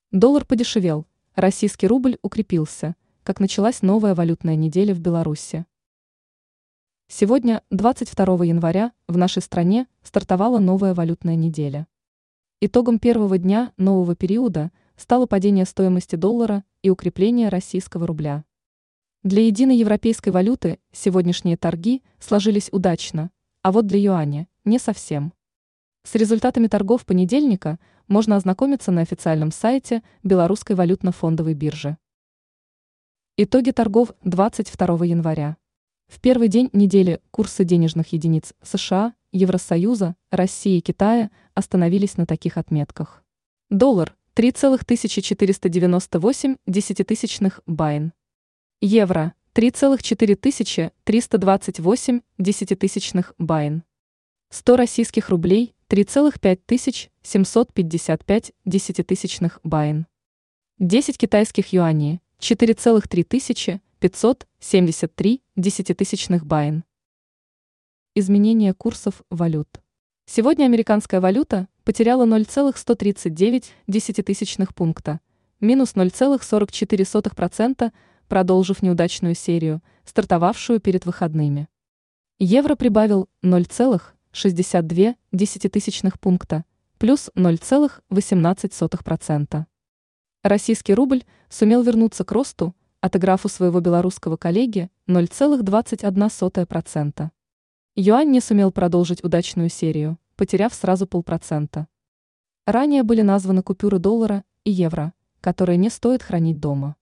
Доллар подешевел, российский рубль укрепился, как началась новая валютная неделя в Беларуси. Сегодня, 22 января, в нашей стране стартовала новая валютная неделя. Итогом первого дня нового периода стало падение стоимости доллара и укрепление российского рубля. Для единой европейской валюты сегодняшние торги сложились удачно, а вот для юаня – не совсем. С результатами торгов понедельника можно ознакомиться на официальном сайте Белорусской валютно-фондовой биржи. Итоги торгов 22 января. В первый день недели курсы денежных единиц США, Евросоюза, России и Китая остановились на таких отметках. Доллар – 3,498 байн. Евро – 3,4328 байн. 100 российских рублей – 3,5755 байн. 10 китайских юаней – 4,3573 байн. Изменение курсов валют. Сегодня американская валюта потеряла 0,139 пункта, минус 0,44%, продолжив неудачную серию, стартовавшую перед выходными. Евро прибавил 0,62 пункта, плюс 0,18%. Российский рубль сумел вернуться к росту, отыграв у своего белорусского коллеги 0,21%. Юань не сумел продолжить удачную серию, потеряв сразу 0,5%. Ранее были названы купюры доллара и евро, которые не стоит хранить дома.